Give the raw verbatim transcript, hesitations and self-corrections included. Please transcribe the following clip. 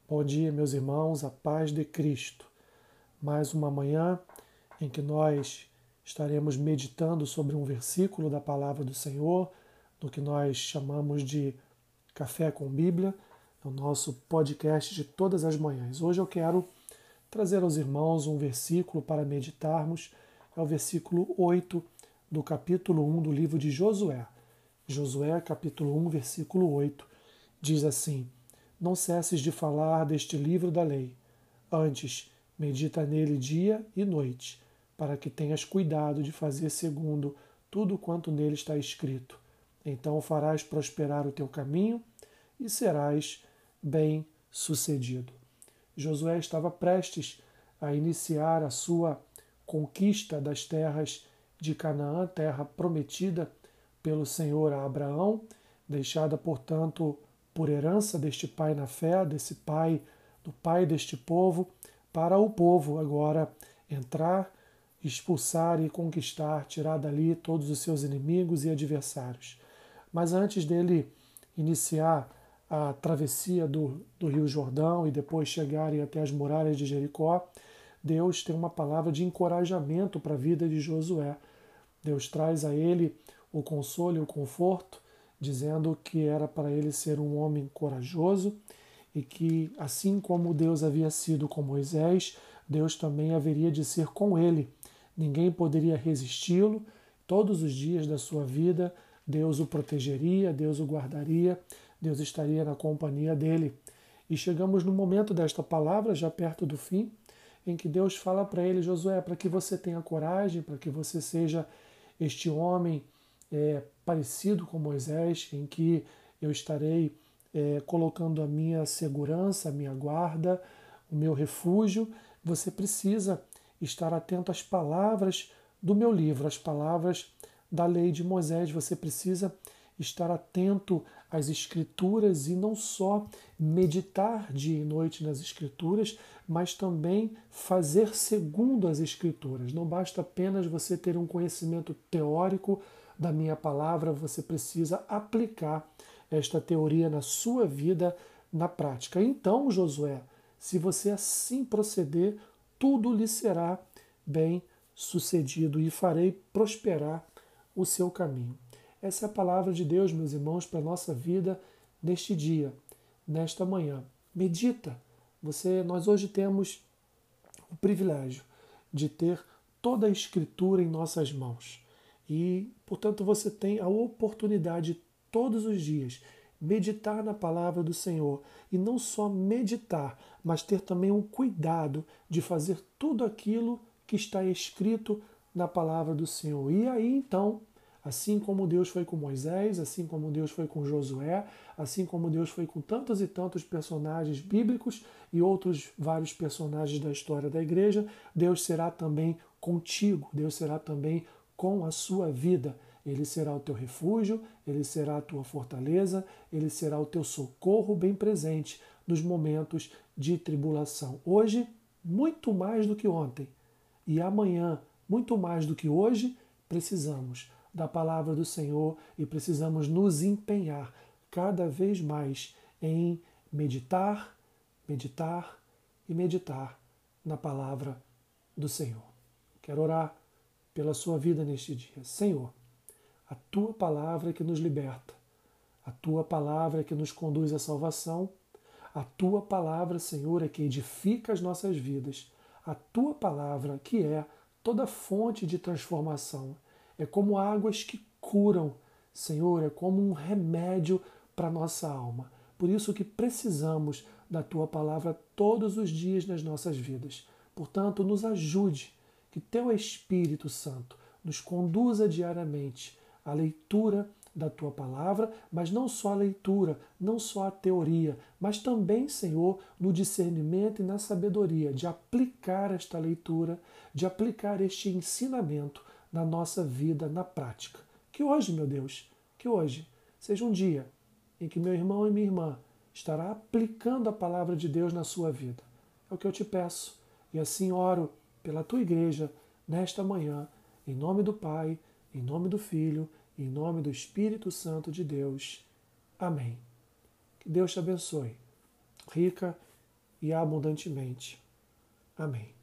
Bom dia, meus irmãos, a paz de Cristo. Mais uma manhã em que nós estaremos meditando sobre um versículo da palavra do Senhor, no que nós chamamos de Café com Bíblia, é o nosso podcast de todas as manhãs. Hoje eu quero trazer aos irmãos um versículo para meditarmos, é o versículo oito do capítulo um do livro de Josué. Josué, capítulo um, versículo oito, diz assim: Não cesses de falar deste livro da lei. Antes, medita nele dia e noite, para que tenhas cuidado de fazer segundo tudo quanto nele está escrito. Então farás prosperar o teu caminho e serás bem-sucedido. Josué estava prestes a iniciar a sua conquista das terras de Canaã, terra prometida pelo Senhor a Abraão, deixada, portanto, por herança deste pai na fé, desse pai, do pai deste povo, para o povo agora entrar, expulsar e conquistar, tirar dali todos os seus inimigos e adversários. Mas antes dele iniciar a travessia do, do Rio Jordão e depois chegarem até as muralhas de Jericó, Deus tem uma palavra de encorajamento para a vida de Josué. Deus traz a ele o consolo e o conforto, dizendo que era para ele ser um homem corajoso e que, assim como Deus havia sido com Moisés, Deus também haveria de ser com ele. Ninguém poderia resisti-lo. Todos os dias da sua vida, Deus o protegeria, Deus o guardaria, Deus estaria na companhia dele. E chegamos no momento desta palavra, já perto do fim, em que Deus fala para ele: Josué, para que você tenha coragem, para que você seja este homem é, parecido com Moisés, em que eu estarei é, colocando a minha segurança, a minha guarda, o meu refúgio, você precisa estar atento às palavras do meu livro, às palavras da lei de Moisés. Você precisa estar atento às Escrituras e não só meditar dia e noite nas Escrituras, mas também fazer segundo as Escrituras. Não basta apenas você ter um conhecimento teórico da minha palavra, você precisa aplicar esta teoria na sua vida, na prática. Então, Josué, se você assim proceder, tudo lhe será bem sucedido e farei prosperar o seu caminho. Essa é a palavra de Deus, meus irmãos, para a nossa vida neste dia, nesta manhã. Medita. Você, nós hoje temos o privilégio de ter toda a Escritura em nossas mãos. E, portanto, você tem a oportunidade todos os dias meditar na palavra do Senhor. E não só meditar, mas ter também um cuidado de fazer tudo aquilo que está escrito na palavra do Senhor. E aí, então, assim como Deus foi com Moisés, assim como Deus foi com Josué, assim como Deus foi com tantos e tantos personagens bíblicos e outros vários personagens da história da igreja, Deus será também contigo, Deus será também com a sua vida. Ele será o teu refúgio, ele será a tua fortaleza, ele será o teu socorro bem presente nos momentos de tribulação. Hoje, muito mais do que ontem, e amanhã, muito mais do que hoje, precisamos da palavra do Senhor e precisamos nos empenhar cada vez mais em meditar, meditar e meditar na palavra do Senhor. Quero orar pela sua vida neste dia. Senhor, a tua palavra é que nos liberta, a tua palavra é que nos conduz à salvação, a tua palavra, Senhor, é que edifica as nossas vidas, a tua palavra que é toda fonte de transformação. É como águas que curam, Senhor, é como um remédio para a nossa alma. Por isso que precisamos da Tua palavra todos os dias nas nossas vidas. Portanto, nos ajude, que Teu Espírito Santo nos conduza diariamente à leitura da Tua palavra, mas não só a leitura, não só a teoria, mas também, Senhor, no discernimento e na sabedoria de aplicar esta leitura, de aplicar este ensinamento na nossa vida, na prática. Que hoje, meu Deus, que hoje seja um dia em que meu irmão e minha irmã estará aplicando a palavra de Deus na sua vida. É o que eu te peço. E assim oro pela tua igreja nesta manhã, em nome do Pai, em nome do Filho, em nome do Espírito Santo de Deus. Amém. Que Deus te abençoe, rica e abundantemente. Amém.